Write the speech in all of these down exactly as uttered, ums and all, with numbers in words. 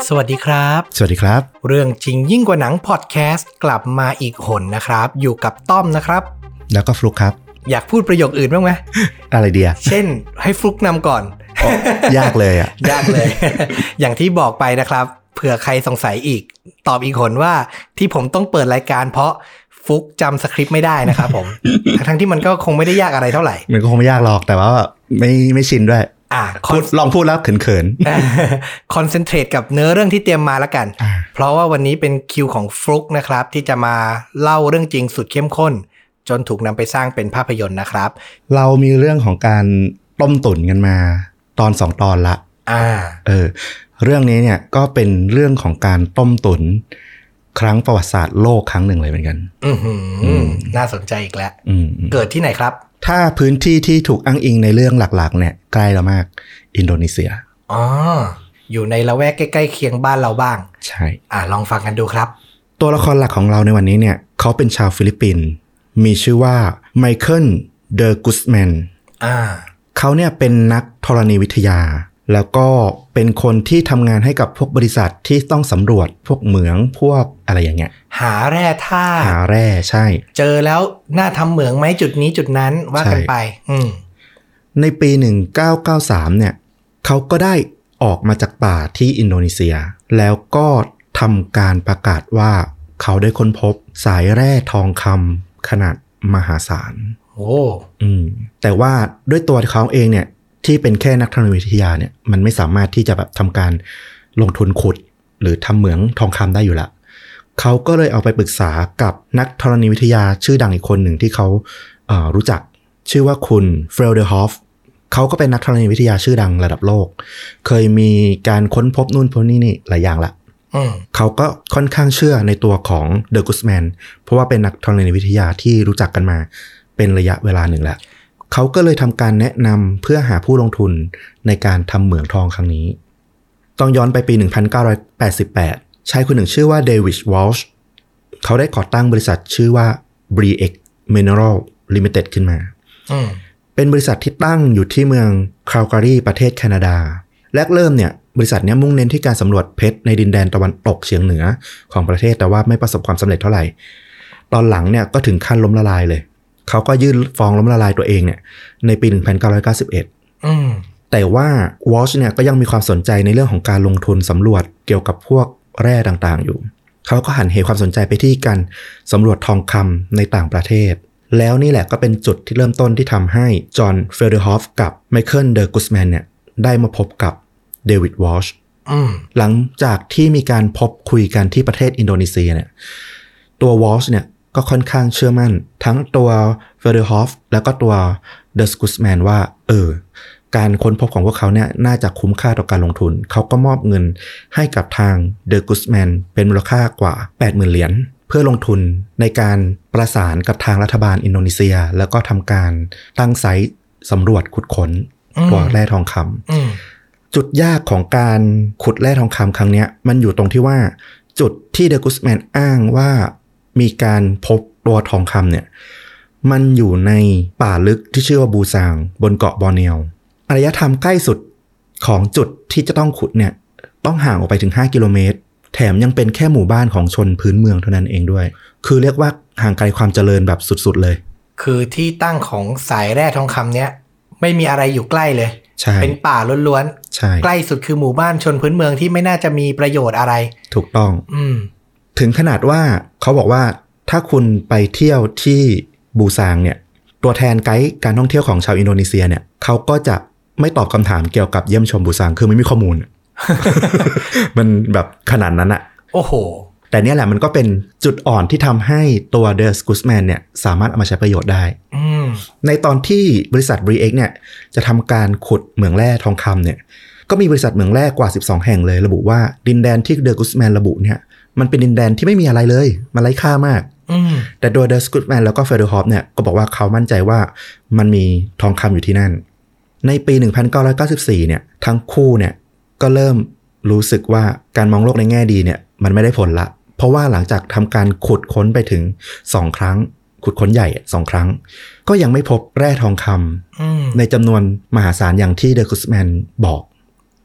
สวัสดีครับสวัสดีครับเรื่องจริงยิ่งกว่าหนังพอดแคสต์กลับมาอีกหนนะครับอยู่กับต้อมนะครับแล้วก็ฟลุกครับอยากพูดประโยคอื่นบ้างไหมอะไรเดียเช่นให้ฟลุกนำก่อนยากเลยอ่ะยากเลย อย่างที่บอกไปนะครับเผื่อใครสงสัยอีกตอบอีกหนว่าที่ผมต้องเปิดรายการเพราะฟลุกจำสคริปต์ไม่ได้นะครับผม ทั้งที่มันก็คงไม่ได้ยากอะไรเท่าไหร่มันก็คงไม่ยากหรอกแต่ว่าไม่ไม่ชินด้วยอ่ะลองพูดแล้วเขินๆ คอนเซนเทรตกับเนื้อเรื่องที่เตรียมมาแล้วกันเพราะว่าวันนี้เป็นคิวของฟลุกนะครับที่จะมาเล่าเรื่องจริงสุดเข้มข้นจนถูกนำไปสร้างเป็นภาพยนตร์นะครับเรามีเรื่องของการต้มตุ๋นกันมาตอนสองตอนละอ่าเออเรื่องนี้เนี่ยก็เป็นเรื่องของการต้มตุ๋นครั้งประวัติศาสตร์โลกครั้งหนึ่งเลยเหมือนกันอือหือน่าสนใจอีกแล้วเกิดที่ไหนครับถ้าพื้นที่ที่ถูกอ้างอิงในเรื่องหลักๆเนี่ยใกล้เรามากอินโดนีเซียอ๋ออยู่ในละแวกใกล้ๆเคียงบ้านเราบ้างใช่อ่าลองฟังกันดูครับตัวละครหลักของเราในวันนี้เนี่ยเขาเป็นชาวฟิลิปปินส์มีชื่อว่าไมเคิลเดอกุสแมนอ่าเขาเนี่ยเป็นนักธรณีวิทยาแล้วก็เป็นคนที่ทำงานให้กับพวกบริษัทที่ต้องสำรวจพวกเหมืองพวกอะไรอย่างเงี้ยหาแร่ธาตุหาแร่ใช่เจอแล้วน่าทำเหมืองไหมจุดนี้จุดนั้นว่ากันไปอืมในปีหนึ่งพันเก้าร้อยเก้าสิบสามเนี่ยเขาก็ได้ออกมาจากป่าที่อินโดนีเซียแล้วก็ทำการประกาศว่าเขาได้ค้นพบสายแร่ทองคำขนาดมหาศาลโอ้อืมแต่ว่าด้วยตัวเขาเองเนี่ยที่เป็นแค่นักธรณีวิทยาเนี่ยมันไม่สามารถที่จะแบบทำการลงทุนขุดหรือทำเหมืองทองคำได้อยู่ละเขาก็เลยเอาไปปรึกษากับนักธรณีวิทยาชื่อดังอีกคนหนึ่งที่เขาเอ่อรู้จักชื่อว่าคุณเฟรเดอร์ฮอฟเขาก็เป็นนักธรณีวิทยาชื่อดังระดับโลกเคยมีการค้นพบนู่นพบนี่นี่หลายอย่างละเขาก็ค่อนข้างเชื่อในตัวของเดอกุสแมนเพราะว่าเป็นนักธรณีวิทยาที่รู้จักกันมาเป็นระยะเวลาหนึ่งแล้วเขาก็เลยทำการแนะนำเพื่อหาผู้ลงทุนในการทำเหมืองทองครั้งนี้ต้องย้อนไปปีหนึ่งพันเก้าร้อยแปดสิบแปดชายคนหนึ่งชื่อว่าเดวิดวอลช์เขาได้ก่อตั้งบริษัทชื่อว่า บี เอ็กซ์ Mineral Limited ขึ้นมาเป็นบริษัทที่ตั้งอยู่ที่เมืองคาลการีประเทศแคนาดาแรกเริ่มเนี่ยบริษัทนี้มุ่งเน้นที่การสำรวจเพชรในดินแดนตะวันตกเฉียงเหนือของประเทศแต่ว่าไม่ประสบความสำเร็จเท่าไหร่ตอนหลังเนี่ยก็ถึงขั้นล้มละลายเลยเขาก็ยื่นฟ้องล้มละลายตัวเองเนี่ยในปีหนึ่งพันเก้าร้อยเก้าสิบเอ็ดอืมแต่ว่าวอชเนี่ยก็ยังมีความสนใจในเรื่องของการลงทุนสำรวจเกี่ยวกับพวกแร่ต่างๆอยู่เขาก็หันเหความสนใจไปที่การสำรวจทองคำในต่างประเทศแล้วนี่แหละก็เป็นจุดที่เริ่มต้นที่ทำให้จอห์นเฟลเดอร์ฮอฟกับไมเคิลเดอกุสแมนเนี่ยได้มาพบกับเดวิดวอชหลังจากที่มีการพบคุยกันที่ประเทศอินโดนีเซียเนี่ยตัววอชเนี่ยก็ค่อนข้างเชื่อมั่นทั้งตัวเฟลเดอร์ฮอฟแล้วก็ตัวเดอกุสแมนว่าเออการค้นพบของพวกเขาเนี่ยน่าจะคุ้มค่าต่อการลงทุนเขาก็มอบเงินให้กับทางเดอกุสแมนเป็นมูลค่ากว่า แปดหมื่น เหรียญเพื่อลงทุนในการประสานกับทางรัฐบาลอินโดนีเซียแล้วก็ทำการตั้งไซต์สำรวจขุดค้นตัวแร่ทองคำจุดยากของการขุดแร่ทองคำครั้งนี้มันอยู่ตรงที่ว่าจุดที่เดอกุสแมนอ้างว่ามีการพบตัวทองคำเนี่ยมันอยู่ในป่าลึกที่ชื่อว่าบูซางบนเกาะบอร์เนียวระยะทางใกล้สุดของจุดที่จะต้องขุดเนี่ยต้องห่างออกไปถึงห้ากิโลเมตรแถมยังเป็นแค่หมู่บ้านของชนพื้นเมืองเท่านั้นเองด้วยคือเรียกว่าห่างไกลความเจริญแบบสุดๆเลยคือที่ตั้งของสายแร่ทองคำเนี้ยไม่มีอะไรอยู่ใกล้เลยเป็นป่าล้วนๆใกล้สุดคือหมู่บ้านชนพื้นเมืองที่ไม่น่าจะมีประโยชน์อะไรถูกต้องอืมถึงขนาดว่าเขาบอกว่าถ้าคุณไปเที่ยวที่บูซางเนี่ยตัวแทนไกด์การท่องเที่ยวของชาวอินโดนีเซียเนี่ยเขาก็จะไม่ตอบคำถามเกี่ยวกับเยี่ยมชมบูซางคือไม่มีข้อมูล มันแบบขนาดนั้นอะโอ้โหแต่เนี่ยแหละมันก็เป็นจุดอ่อนที่ทำให้ตัวเดอกุสแมนเนี่ยสามารถเอามาใช้ประโยชน์ได้ในตอนที่บริษัท บี เอ็กซ์ เนี่ยจะทำการขุดเหมืองแร่ทองคำเนี่ยก็มีบริษัทเหมืองแร่กว่าสิบสองแห่งเลยระบุว่าดินแดนที่เดอกุสแมนระบุเนี่ยมันเป็นดินแดนที่ไม่มีอะไรเลยมันไร้ค่ามากแต่โดยเดอกุสแมนแล้วก็เฟลเดอร์ฮอฟเนี่ยก็บอกว่าเขามั่นใจว่ามันมีทองคำอยู่ที่นั่นในปีหนึ่งพันเก้าร้อยเก้าสิบสี่เนี่ยทั้งคู่เนี่ยก็เริ่มรู้สึกว่าการมองโลกในแง่ดีเนี่ยมันไม่ได้ผลละเพราะว่าหลังจากทำการขุดค้นไปถึงสองครั้งขุดค้นใหญ่สองครั้งก็ยังไม่พบแร่ทองคำในจำนวนมหาศาลอย่างที่เดอกุสแมนบอก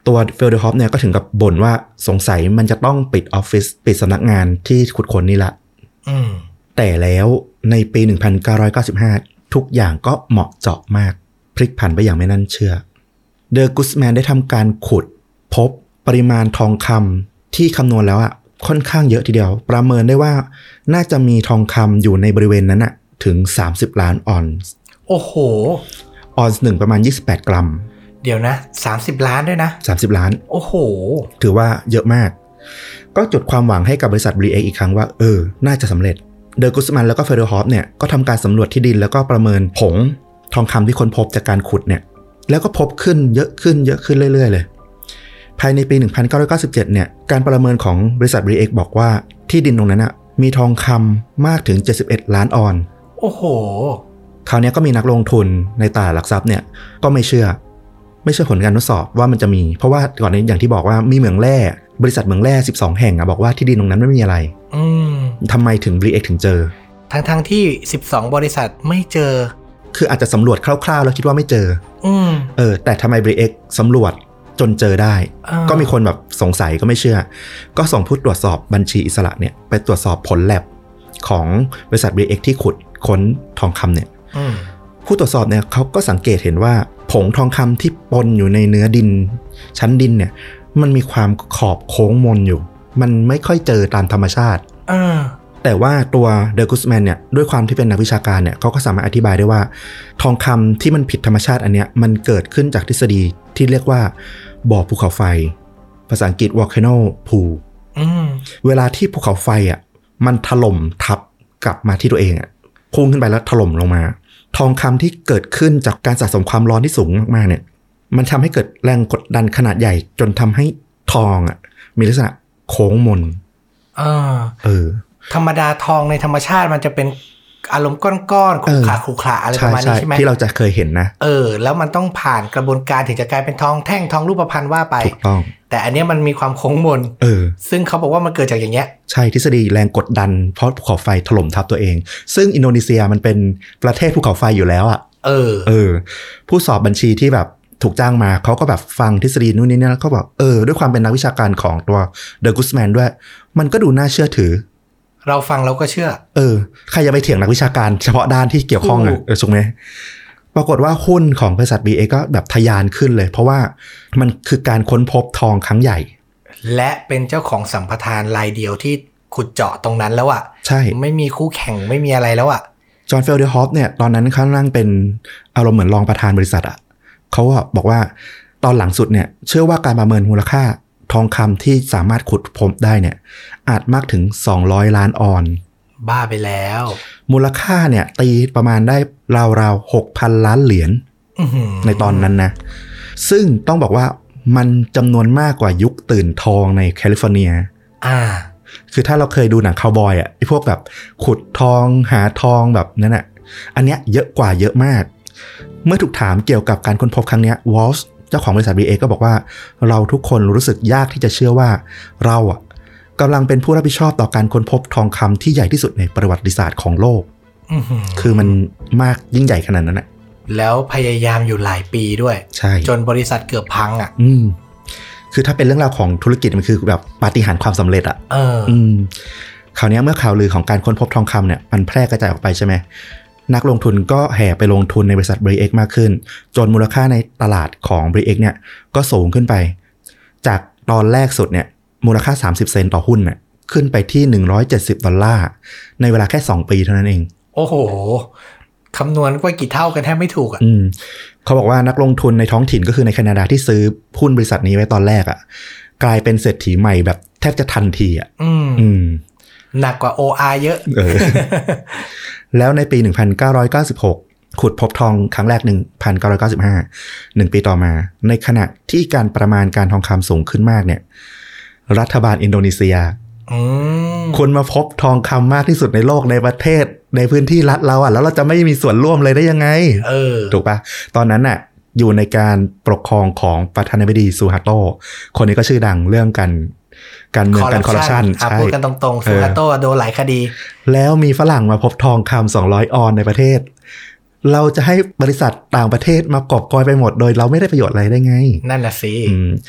ตัวเฟลเดอร์ฮอปเนี่ยก็ถึงกับบ่นว่าสงสัยมันจะต้องปิดออฟฟิศปิดสำนักงานที่ขุดค้นนี่ละแต่แล้วในปีหนึ่งพันเก้าร้อยเก้าสิบห้าทุกอย่างก็เหมาะเจาะมากพลิกผันไปอย่างไม่น่าเชื่อเดอกุสแมนได้ทำการขุดพบปริมาณทองคำที่คำนวณแล้วอะค่อนข้างเยอะทีเดียวประเมินได้ว่าน่าจะมีทองคำอยู่ในบริเวณนั้นอะถึงสามสิบล้านออนซ์โอ้โหออนซ์หนึ่งประมาณยี่สิบแปดกรัมเดี๋ยวนะสามสิบล้านด้วยนะสามสิบล้านโอ้โหถือว่าเยอะมากก็จุดความหวังให้กับบริษัท บรี เอ็กซ์ อีกครั้งว่าเออน่าจะสำเร็จเดอกุสแมนแล้วก็เฟเดอร์ฮอปเนี่ยก็ทำการสำรวจที่ดินแล้วก็ประเมินผงทองคำที่ค้นพบจากการขุดเนี่ยแล้วก็พบขึ้นเยอะขึ้นเยอะขึ้นเรื่อยๆเลยภายในปีหนึ่งพันเก้าร้อยเก้าสิบเจ็ดเนี่ยการประเมินของบริษัท บรี เอ็กซ์ บอกว่าที่ดินตรงนั้นน่ะมีทองคำมากถึงเจ็ดสิบเอ็ดล้านออนโอ้โหคราวนี้ก็มีนักลงทุนในตลาดหลักทรัพย์เนี่ยก็ไม่เชื่อไม่เชื่อผลการทดสอบว่ามันจะมีเพราะว่าก่อนนี้อย่างที่บอกว่ามีเหมืองแร่บริษัทเหมืองแร่สิบสองแห่งอ่ะบอกว่าที่ดินตรงนั้นไม่มีอะไรอืมทำไมถึง บรี เอ็กซ์ ถึงเจอทั้งๆที่สิบสองบริษัทไม่เจอคืออาจจะสำรวจคร่าวๆแล้วคิดว่าไม่เจออืมเออแต่ทำไม บรี เอ็กซ์ สำรวจจนเจอได้ก็มีคนแบบสงสัยก็ไม่เชื่อก็ส่งผู้ตรวจสอบบัญชีอิสระเนี่ยไปตรวจสอบผลแลบของบริษัท บรี เอ็กซ์ ที่ขุดค้นทองคำเนี่ยผู้ตรวจสอบเนี่ยเขาก็สังเกตเห็นว่าผงทองคำที่ปนอยู่ในเนื้อดินชั้นดินเนี่ยมันมีความขอบโค้งมนอยู่มันไม่ค่อยเจอตามธรรมชาติแต่ว่าตัวเดอกุสแมนเนี่ยด้วยความที่เป็นนักวิชาการเนี่ยเขาก็สามารถอธิบายได้ว่าทองคำที่มันผิดธรรมชาติอันเนี้ยมันเกิดขึ้นจากทฤษฎีที่เรียกว่าบ่อภูเขาไฟภาษาอังกฤษ volcano pool เวลาที่ภูเขาไฟอ่ะมันถล่มทับกลับมาที่ตัวเองอ่ะพุ่งขึ้นไปแล้วถล่มลงมาทองคำที่เกิดขึ้นจากการสะสมความร้อนที่สูงมากๆเนี่ยมันทำให้เกิดแรงกดดันขนาดใหญ่จนทำให้ทองอ่ะมีลักษณะโค้งมนอ่าเออธรรมดาทองในธรรมชาติมันจะเป็นอารมณ์ก้อนๆขรุขระขรุขระอะไรประมาณนี้ใช่ไหมที่เราจะเคยเห็นนะเออแล้วมันต้องผ่านกระบวนการถึงจะกลายเป็นทองแท่งทองรูปพรรณว่าไปถูกต้องแต่อันนี้มันมีความโค้งมนเออซึ่งเขาบอกว่ามันเกิดจากอย่างเงี้ยใช่ทฤษฎีแรงกดดันเพราะภูเขาไฟถล่มทับตัวเองซึ่งอินโดนีเซียมันเป็นประเทศภูเขาไฟอยู่แล้วอ่ะเออเออผู้สอบบัญชีที่แบบถูกจ้างมาเขาก็แบบฟังทฤษฎีนู่นนี่นั่นแล้วก็บอกเออด้วยความเป็นนักวิชาการของตัวเดอกุสแมนด้วยมันก็ดูน่าเชื่อถือเราฟังเราก็เชื่อเออใครจะไปเถียงนักวิชาการเฉพาะด้านที่เกี่ยวข้องอ่ะเออถูกไหมปรากฏว่าหุ้นของบริษัท บี เอ็กซ์ ก็แบบทะยานขึ้นเลยเพราะว่ามันคือการค้นพบทองครั้งใหญ่และเป็นเจ้าของสัมปทานรายเดียวที่ขุดเจาะตรงนั้นแล้วอ่ะใช่ไม่มีคู่แข่งไม่มีอะไรแล้วอ่ะจอห์นเฟลเดอร์ฮอปเนี่ยตอนนั้นเขานั่งเป็นอารมณ์เหมือนรองประธานบริษัทอ่ะเขาบอกว่าตอนหลังสุดเนี่ยเชื่อว่าการประเมินมูลค่าทองคำที่สามารถขุดพบได้เนี่ยอาจมากถึงสองร้อยล้านออนบ้าไปแล้วมูลค่าเนี่ยตีประมาณได้ราวๆ หกพัน ล้านเหรียญในตอนนั้นนะซึ่งต้องบอกว่ามันจำนวนมากกว่ายุคตื่นทองในแคลิฟอร์เนียอ่าคือถ้าเราเคยดูหนังคาวบอยอ่ะไอ้พวกแบบขุดทองหาทองแบบนั้นอ่ะอันเนี้ยเยอะกว่าเยอะมากเมื่อถูกถามเกี่ยวกับการค้นพบครั้งเนี้ยวอลส์เจ้าของบริษัท บี เอ็กซ์ ก็บอกว่าเราทุกคนรู้สึกยากที่จะเชื่อว่าเราอ่ะกำลังเป็นผู้รับผิดชอบต่อการค้นพบทองคำที่ใหญ่ที่สุดในประวัติศาสตร์ของโลกคือมันมากยิ่งใหญ่ขนาดนั้นแหละแล้วพยายามอยู่หลายปีด้วยใช่จนบริษัทเกือบพังอ่ะอืมคือถ้าเป็นเรื่องราวของธุรกิจมันคือแบบปาฏิหาริย์ความสำเร็จอ่ะเอออืมคราวนี้เมื่อข่าวลือของการค้นพบทองคำเนี่ยมันแพร่กระจายออกไปใช่ไหมนักลงทุนก็แห่ไปลงทุนในบริษัท บรี เอ็กซ์ มากขึ้นจนมูลค่าในตลาดของ บรี เอ็กซ์ เนี่ยก็สูงขึ้นไปจากตอนแรกสุดเนี่ยมูลค่าสามสิบเซนต์ต่อหุ้นเนี่ยขึ้นไปที่หนึ่งร้อยเจ็ดสิบดอลลาร์ในเวลาแค่สองปีเท่านั้นเองโอ้โหคำนวณว่ากี่เท่ากันแทบไม่ถูกอ่ะอืมเขาบอกว่านักลงทุนในท้องถิ่นก็คือในแคนาดาที่ซื้อหุ้นบริษัทนี้ไว้ตอนแรกอ่ะกลายเป็นเศรษฐีใหม่แบบแทบจะทันทีอ่ะอืมอืมหนักกว่า โอ อาร์ เยอะเออ แล้วในปีหนึ่งพันเก้าร้อยเก้าสิบหกขุดพบทองครั้งแรก หนึ่งพันเก้าร้อยเก้าสิบห้า หนึ่งปีต่อมาในขณะที่การประมาณการทองคำสูงขึ้นมากเนี่ยรัฐบาลอินโดนีเซียคนมาพบทองคำมากที่สุดในโลกในประเทศในพื้นที่รัฐเราอ่ะแล้วเราจะไม่มีส่วนร่วมเลยได้ยังไงเออถูกปะตอนนั้นน่ะอยู่ในการปกครองของประธานาธิบดีซูฮาโตคนนี้ก็ชื่อดังเรื่องกันการเมืองการคอร์รัปชันใช่พูดกันตรงๆซูฮาโตโดนหลายคดีแล้วมีฝรั่งมาพบทองคำสองร้อยออนในประเทศเราจะให้บริษัทต่างประเทศมากอบกอยไปหมดโดยเราไม่ได้ประโยชน์อะไรได้ไงนั่นน่ะสิ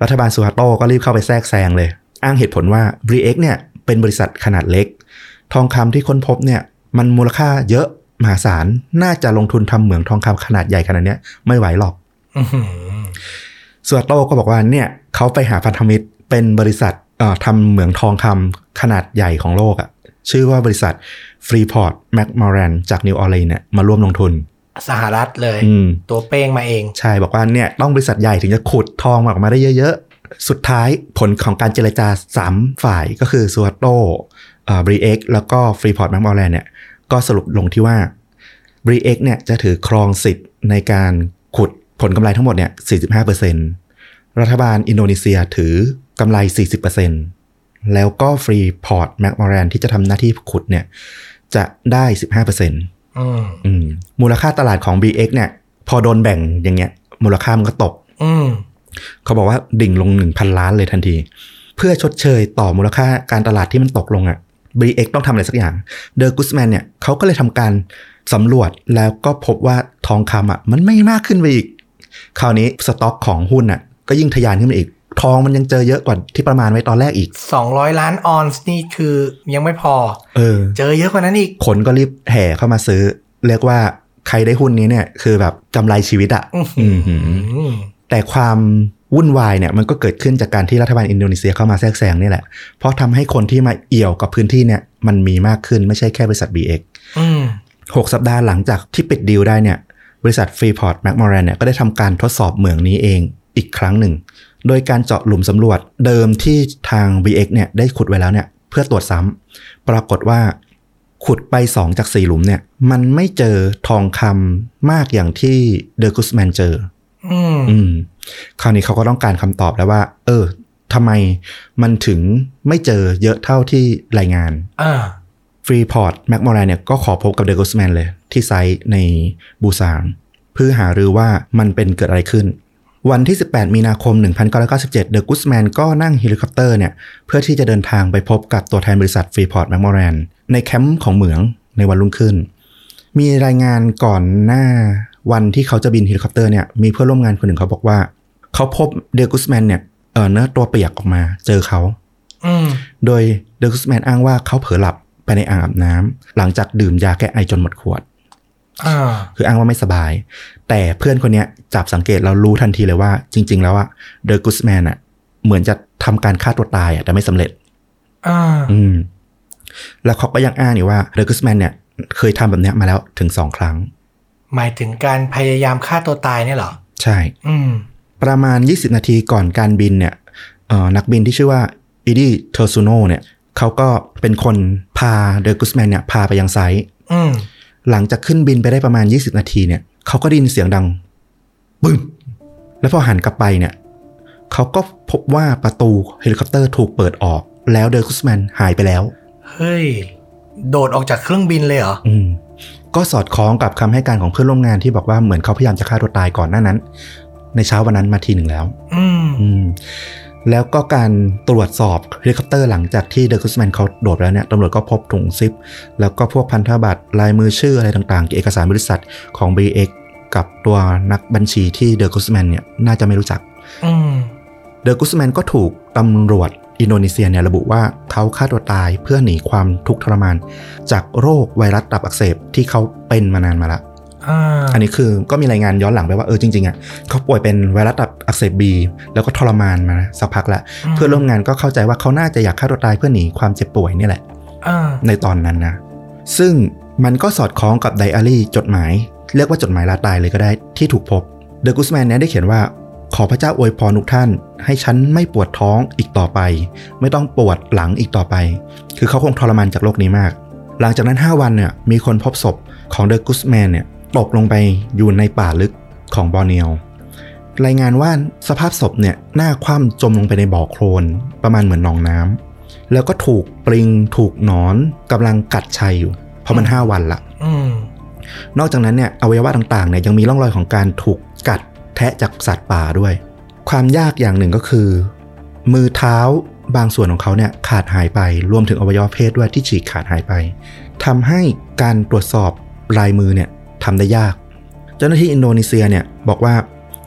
รัฐบาลซูฮาโตก็รีบเข้าไปแทรกแซงเลยอ้างเหตุผลว่า บรี เอ็กซ์ เนี่ยเป็นบริษัทขนาดเล็กทองคำที่ค้นพบเนี่ยมันมูลค่าเยอะมหาศาลน่าจะลงทุนทำเหมืองทองคำขนาดใหญ่ขนาดนี้ไม่ไหวหรอกซูฮาโตก็บอกว่าเนี่ยเขาไปหาพันธมิตรเป็นบริษัทเอ่อทำเหมืองทองคำขนาดใหญ่ของโลกอ่ะชื่อว่าบริษัท Freeport McMoran จากนิวออร์ลีนส์เนี่ยมาร่วมลงทุนสหรัฐเลยตัวเป้งมาเองใช่บอกว่าเนี่ยต้องบริษัทใหญ่ถึงจะขุดทองออกมาได้เยอะๆสุดท้ายผลของการเจรจาสามฝ่ายก็คือซูฮาโตเอ่อ บรี เอ็กซ์ แล้วก็ Freeport McMoran เนี่ยก็สรุปลงที่ว่า บรี เอ็กซ์ เนี่ยจะถือครองสิทธิ์ในการขุดผลกำไรทั้งหมดเนี่ย สี่สิบห้าเปอร์เซ็นต์ รัฐบาลอินโดนีเซียถือกำไร สี่สิบเปอร์เซ็นต์ แล้วก็ Freeport McMoran ที่จะทำหน้าที่ขุดเนี่ยจะได้ สิบห้าเปอร์เซ็นต์ อืมอืมมูลค่าตลาดของ บรี เอ็กซ์ เนี่ยพอโดนแบ่งอย่างเงี้ยมูลค่ามันก็ตกอืมเขาบอกว่าดิ่งลง หนึ่งพัน ล้านเลยทันทีเพื่อชดเชยต่อมูลค่าการตลาดที่มันตกลงอ่ะ บรี เอ็กซ์ ต้องทำอะไรสักอย่างเดอร์กุสแมนเนี่ยเขาก็เลยทำการสำรวจแล้วก็พบว่าทองคำอ่ะมันไม่มากขึ้นไปอีกคราวนี้สต็อกของหุ้นอ่ะก็ยิ่งทะยานขึ้นไปอีกทองมันยังเจอเยอะกว่าที่ประมาณไว้ตอนแรกอีกสองร้อยล้านออนซ์นี่คือยังไม่พอเออเจอเยอะกว่านั้นอีกคนก็รีบแห่เข้ามาซื้อเรียกว่าใครได้หุ้นนี้เนี่ยคือแบบกำไรชีวิตอ่ะแต่ความวุ่นวายเนี่ยมันก็เกิดขึ้นจากการที่รัฐบาลอินโดนีเซียเข้ามาแทรกแซงนี่แหละเพราะทำให้คนที่มาเอี่ยวกับพื้นที่เนี่ยมันมีมากขึ้นไม่ใช่แค่บริษัท บรี เอ็กซ์ อืมหกสัปดาห์หลังจากที่ปิดดีลได้เนี่ยบริษัท Freeport McMoran เนี่ยก็ได้ทำการทดสอบเหมืองนี้เองอีกครั้งหนึ่งโดยการเจาะหลุมสำรวจเดิมที่ทาง บรี เอ็กซ์ เนี่ยได้ขุดไว้แล้วเนี่ยเพื่อตรวจซ้ำปรากฏว่าขุดไปสองจากสี่หลุมเนี่ยมันไม่เจอทองคำมากอย่างที่เดอร์กุสแมนเจออืมอืมคราวนี้เขาก็ต้องการคำตอบแล้วว่าเออทำไมมันถึงไม่เจอเยอะเท่าที่รายงานอ่า Freeport McMoran เนี่ยก็ขอพบกับเดอร์กุสแมนเลยที่ไซต์ในบูซานเพื่อหารือว่ามันเป็นเกิดอะไรขึ้นวันที่สิบแปดมีนาคมหนึ่งพันเก้าร้อยเก้าสิบเจ็ดเดอะกุสแมนก็นั่งเฮลิคอปเตอร์เนี่ยเพื่อที่จะเดินทางไปพบกับตัวแทนบริษัท Freeport McMoran ในแคมป์ของเหมืองในวันรุ่งขึ้นมีรายงานก่อนหน้าวันที่เขาจะบินเฮลิคอปเตอร์เนี่ยมีเพื่อนร่วมงานคนหนึ่งเขาบอกว่าเขาพบเดอะกุสแมนเนี่ยเออเนื้อตัวเปียกออกมาเจอเขาโดยเดอะกุสแมนอ้างว่าเขาเผลอหลับไปในอ่างอาบน้ำหลังจากดื่มยาแก้ไอจนหมดขวดคืออ้างว่าไม่สบายแต่เพื่อนคนนี้จับสังเกตแล้วรู้ทันทีเลยว่าจริงๆแล้วอะเดอร์กุสแมนอะเหมือนจะทำการฆ่าตัวตายอะแต่ไม่สำเร็จอืมแล้วเขาก็ยังอ้างอยู่ว่าเดอร์กุสแมนเนี่ยเคยทำแบบนี้มาแล้วถึงสองครั้งหมายถึงการพยายามฆ่าตัวตายเนี่ยเหรอใช่อืมประมาณยี่สิบนาทีก่อนการบินเนี่ยเอ่อนักบินที่ชื่อว่าอีดี้เทอร์ซูโนเนี่ยเขาก็เป็นคนพาเดอร์กุสแมนเนี่ยพาไปยังไซต์อืมหลังจากขึ้นบินไปได้ประมาณยี่สิบนาทีเนี่ยเขาก็ได้ยินเสียงดังปึ้งแล้วพอหันกลับไปเนี่ยเขาก็พบว่าประตูเฮลิคอปเตอร์ถูกเปิดออกแล้วเดอร์กุสแมนหายไปแล้วเฮ้ยโดดออกจากเครื่องบินเลยเหรออืมก็สอดคล้องกับคำให้การของเพื่อนร่วมงานที่บอกว่าเหมือนเขาพยายามจะฆ่าตัวตายก่อนหน้านั้นในเช้าวันนั้นมาทีหนึ่งแล้วอืมอืมแล้วก็การตรวจสอบเฮลิคอปเตอร์หลังจากที่เดอร์กุสแมนเขาโดดแล้วเนี่ยตำรวจก็พบถุงซิปแล้วก็พวกพันธบัตรลายมือชื่ออะไรต่างๆเอกสารบริษัทของ บรี เอ็กซ์ กับตัวนักบัญชีที่เดอร์กุสแมนเนี่ยน่าจะไม่รู้จักเดอร์กุสแมนก็ถูกตำรวจอินโดนีเซียเนี่ยระบุว่าเขาฆ่าตัวตายเพื่อหนีความทุกข์ทรมานจากโรคไวรัสตับอักเสบที่เขาเป็นมานานมาละอันนี้คือก็มีรายงานย้อนหลังไปว่าเออจริงๆอ่ะเขาป่วยเป็นไวรัสตับอักเสบบีแล้วก็ทรมานมาสักพักละเพื่อนร่วมงานก็เข้าใจว่าเขาน่าจะอยากฆ่าตัวตายเพื่อหนีความเจ็บป่วยนี่แหละในตอนนั้นนะซึ่งมันก็สอดคล้องกับไดอารี่จดหมายเรียกว่าจดหมายลาตายเลยก็ได้ที่ถูกพบเดอะกุสแมนเนี่ยได้เขียนว่าขอพระเจ้าอวยพรทุกท่านให้ฉันไม่ปวดท้องอีกต่อไปไม่ต้องปวดหลังอีกต่อไปคือเขาคงทรมานจากโรคนี้มากหลังจากนั้นห้าวันเนี่ยมีคนพบศพของเดอะกุสแมนเนี่ยตกลงไปอยู่ในป่าลึกของบอร์เนียวรายงานว่าสภาพศพเนี่ยหน้าคว่ำจมลงไปในบ่อโคลนประมาณเหมือนหนองน้ำแล้วก็ถูกปลิงถูกหนอนกำลังกัดชัยอยู่เพราะมันห้าวันละนอกจากนั้นเนี่ยอวัยวะต่างๆเนี่ยยังมีร่องรอยของการถูกกัดแทะจากสัตว์ป่าด้วยความยากอย่างหนึ่งก็คือมือเท้าบางส่วนของเขาเนี่ยขาดหายไปรวมถึงอวัยวะเพศด้วยที่ฉีกขาดหายไปทำให้การตรวจสอบลายมือเนี่ยทำได้ยากเจ้าหน้าที่อินโดนีเซียเนี่ยบอกว่า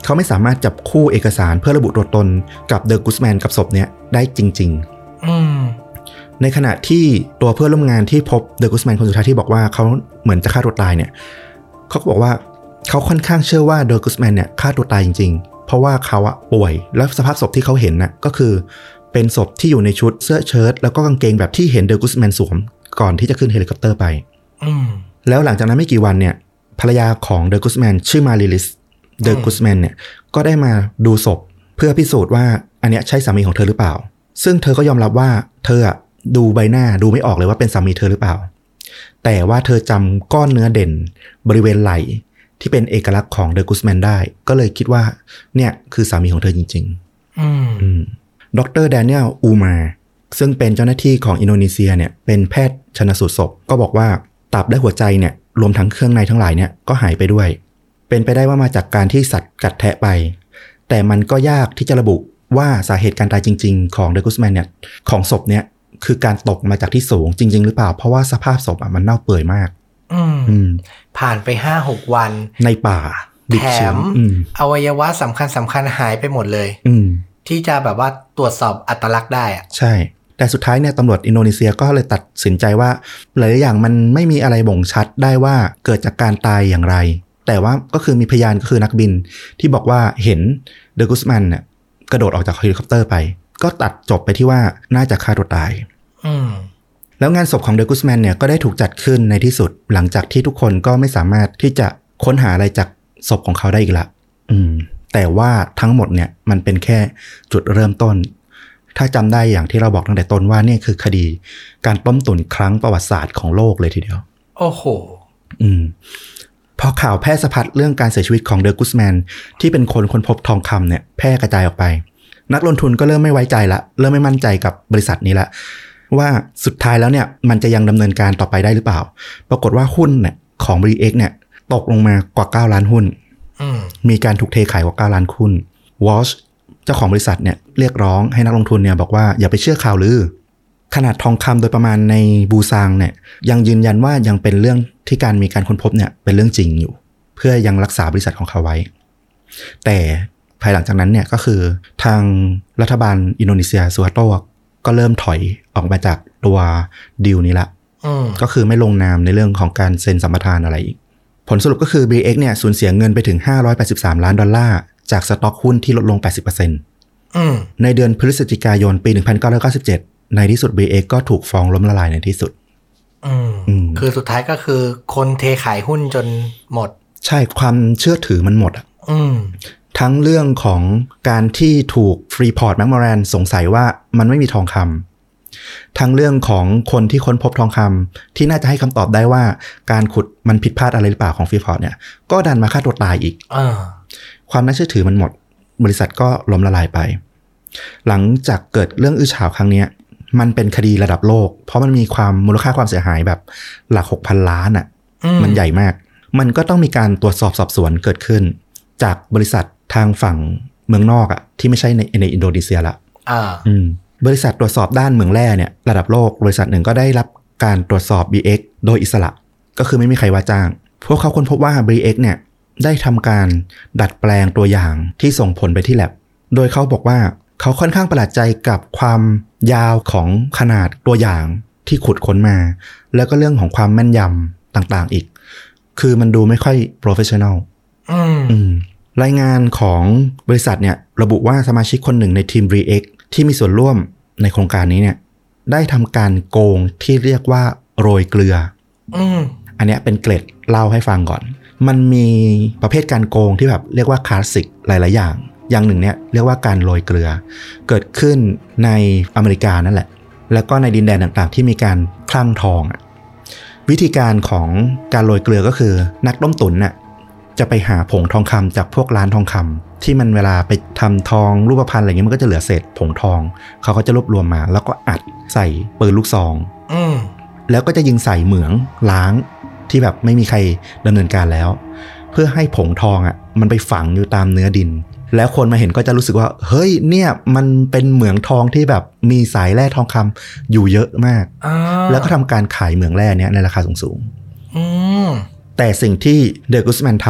เขาไม่สามารถจับคู่เอกสารเพื่อระบุตัวตนกับเดอกุสแมนกับศพเนี้ยได้จริงๆอืมในขณะที่ตัวเพื่อนร่วมงานที่พบเดอกุสแมนคนสุดท้ายที่บอกว่าเขาเหมือนจะฆ่าตัวตายเนี่ยเขาก็บอกว่าเขาค่อนข้างเชื่อว่าเดอกุสแมนเนี่ยฆ่าตัวตายจริงๆเพราะว่าเขาอะป่วยแล้วสภาพศพที่เขาเห็นน่ะก็คือเป็นศพที่อยู่ในชุดเสื้อเชิ้ตแล้วก็กางเกงแบบที่เห็นเดอกุสแมนสวมก่อนที่จะขึ้นเฮลิคอปเตอร์ไปอืมแล้วหลังจากนั้นไม่กี่วันเนี่ยภรรยาของเดอกุสแมนชื่อมาริลิสเดอกุสแมนเนี่ยก็ได้มาดูศพเพื่อพิสูจน์ว่าอันเนี้ยใช่สามีของเธอหรือเปล่าซึ่งเธอก็ยอมรับว่าเธอดูใบหน้าดูไม่ออกเลยว่าเป็นสามีเธอหรือเปล่าแต่ว่าเธอจำก้อนเนื้อเด่นบริเวณไหล่ที่เป็นเอกลักษณ์ของเดอกุสแมนได้ก็เลยคิดว่าเนี่ยคือสามีของเธอจริงๆอืมอืมดรแดเนียลอูมาซึ่งเป็นเจ้าหน้าที่ของอินโดนีเซียเนี่ยเป็นแพทย์ชันสูตรศพก็บอกว่าตับและหัวใจเนี่ยรวมทั้งเครื่องในทั้งหลายเนี่ยก็หายไปด้วยเป็นไปได้ว่ามาจากการที่สัตว์กัดแทะไปแต่มันก็ยากที่จะระบุว่าสาเหตุการตายจริงๆของเดอกุสแมนเนี่ยของศพเนี่ยคือการตกมาจากที่สูงจริงๆหรือเปล่าเพราะว่าสภาพศพอ่ะมันเน่าเปื่อยมากอืมอืมผ่านไป ห้าหก วันในป่าแถมอวัยวะสำคัญสำคัญหายไปหมดเลยอืมที่จะแบบว่าตรวจสอบอัตลักษณ์ได้อ่ะใช่แต่สุดท้ายเนี่ยตำรวจอินโดนีเซียก็เลยตัดสินใจว่าหลายอย่างมันไม่มีอะไรบ่งชัดได้ว่าเกิดจากการตายอย่างไรแต่ว่าก็คือมีพยานก็คือนักบินที่บอกว่าเห็นเดอกุสแมนเนี่ยกระโดดออกจากเฮลิคอปเตอร์ไปก็ตัดจบไปที่ว่าน่าจะฆ่าตัวตายอืมแล้วงานศพของเดอกุสแมนเนี่ยก็ได้ถูกจัดขึ้นในที่สุดหลังจากที่ทุกคนก็ไม่สามารถที่จะค้นหาอะไรจากศพของเขาได้อีกละอืมแต่ว่าทั้งหมดเนี่ยมันเป็นแค่จุดเริ่มต้นถ้าจำได้อย่างที่เราบอกตั้งแต่ต้นว่านี่คือคดีการต้มตุ๋นครั้งประวัติศาสตร์ของโลกเลยทีเดียวโอ้โหอืมพอข่าวแพร่สะพัดเรื่องการเสียชีวิตของเดอกุสแมนที่เป็นคนค้นพบทองคำเนี่ยแพร่กระจายออกไปนักลงทุนก็เริ่มไม่ไว้ใจละเริ่มไม่มั่นใจกับบริษัทนี้ละว่าสุดท้ายแล้วเนี่ยมันจะยังดำเนินการต่อไปได้หรือเปล่าปรากฏว่าหุ้นเนี่ยของ บี เอ็กซ์ เนี่ยตกลงมากว่าเก้าล้านหุ้นมีการถูกเทขายกว่าเก้าล้านหุ้นวอชเจ้าของบริษัทเนี่ยเรียกร้องให้นักลงทุนเนี่ยบอกว่าอย่าไปเชื่อข่าวลือขนาดทองคำโดยประมาณในบูซางเนี่ยยังยืนยันว่ายังเป็นเรื่องที่การมีการค้นพบเนี่ยเป็นเรื่องจริงอยู่เพื่อยังรักษาบริษัทของเขาไว้แต่ภายหลังจากนั้นเนี่ยก็คือทางรัฐบาลอินโดนีเซียซูฮาโตก็เริ่มถอยออกมาจากตัวดีลนี้ละก็คือไม่ลงนามในเรื่องของการเซ็นสัมปทานอะไรอีกผลสรุปก็คือ บี เอ็กซ์ เนี่ยสูญเสียเงินไปถึงห้าร้อยแปดสิบสามล้านดอลลาร์จากสต็อกหุ้นที่ลดลง แปดสิบเปอร์เซ็นต์อืมในเดือนพฤศจิกายนปีหนึ่งพันเก้าร้อยเก้าสิบเจ็ดในที่สุด บี เอ็กซ์ ก็ถูกฟ้องล้มละลายในที่สุดอืมอืมคือสุดท้ายก็คือคนเทขายหุ้นจนหมดใช่ความเชื่อถือมันหมดอ่ะอืมทั้งเรื่องของการที่ถูก Freeport McMoran สงสัยว่ามันไม่มีทองคำทั้งเรื่องของคนที่ค้นพบทองคำที่น่าจะให้คำตอบได้ว่าการขุดมันผิดพลาดอะไรหรือเปล่าของ Freeport เนี่ยก็ดันมาฆ่าตัวตายอีกอ่าความน่าเชื่อถือมันหมดบริษัทก็ล้มละลายไปหลังจากเกิดเรื่องอื้อฉาวครั้งนี้มันเป็นคดีระดับโลกเพราะมันมีความมูลค่าความเสียหายแบบหลัก หกพัน ล้านอ่ะมันใหญ่มากมันก็ต้องมีการตรวจสอบสอบสวนเกิดขึ้นจากบริษัททางฝั่งเมืองนอกอ่ะที่ไม่ใช่ในในอินโดนีเซียละอ่าอืมบริษัทตรวจสอบด้านเหมืองแร่เนี่ยระดับโลกบริษัทหนึ่งก็ได้รับการตรวจสอบ บี เอ็กซ์ โดยอิสระก็คือไม่มีใครว่าจ้างพวกเขาค้นพบว่า บี เอ็กซ์ เนี่ยได้ทำการดัดแปลงตัวอย่างที่ส่งผลไปที่แลบโดยเขาบอกว่าเขาค่อนข้างประหลาดใจกับความยาวของขนาดตัวอย่างที่ขุดค้นมาแล้วก็เรื่องของความแม่นยำต่างๆอีกคือมันดูไม่ค่อยโปรเฟชชั่นอลอืมรายงานของบริษัทเนี่ยระบุว่าสมาชิกคนหนึ่งในทีม บี เอ็กซ์ ที่มีส่วนร่วมในโครงการนี้เนี่ยได้ทำการโกงที่เรียกว่าโรยเกลืออืมอันเนี้ยเป็นเกร็ดเล่าให้ฟังก่อนมันมีประเภทการโกงที่แบบเรียกว่าคลาสสิกหลายๆอย่างอย่างหนึ่งเนี่ยเรียกว่าการโรยเกลือเกิดขึ้นในอเมริกานั่นแหละแล้วก็ในดินแดนต่างๆที่มีการคลั่งทองวิธีการของการโรยเกลือก็คือนักต้มตุ๋นน่ะจะไปหาผงทองคำจากพวกร้านทองคำที่มันเวลาไปทำทองรูปพรรณอะไรเงี้ยมันก็จะเหลือเศษผงทองเขาก็จะรวบรวมมาแล้วก็อัดใส่ปืนลูกซองแล้วก็จะยิงใส่เหมืองล้างที่แบบไม่มีใครดำเนินการแล้วเพื่อให้ผงทองอ่ะมันไปฝังอยู่ตามเนื้อดินแล้วคนมาเห็นก็จะรู้สึกว่าเฮ้ยเนี่ยมันเป็นเหมืองทองที่แบบมีสายแร่ทองคำอยู่เยอะมากแล้วก็ทำการขายเหมืองแร่เนี้ยในราคาสูงๆแต่สิ่งที่เดอกุสแมนทำเนี่ย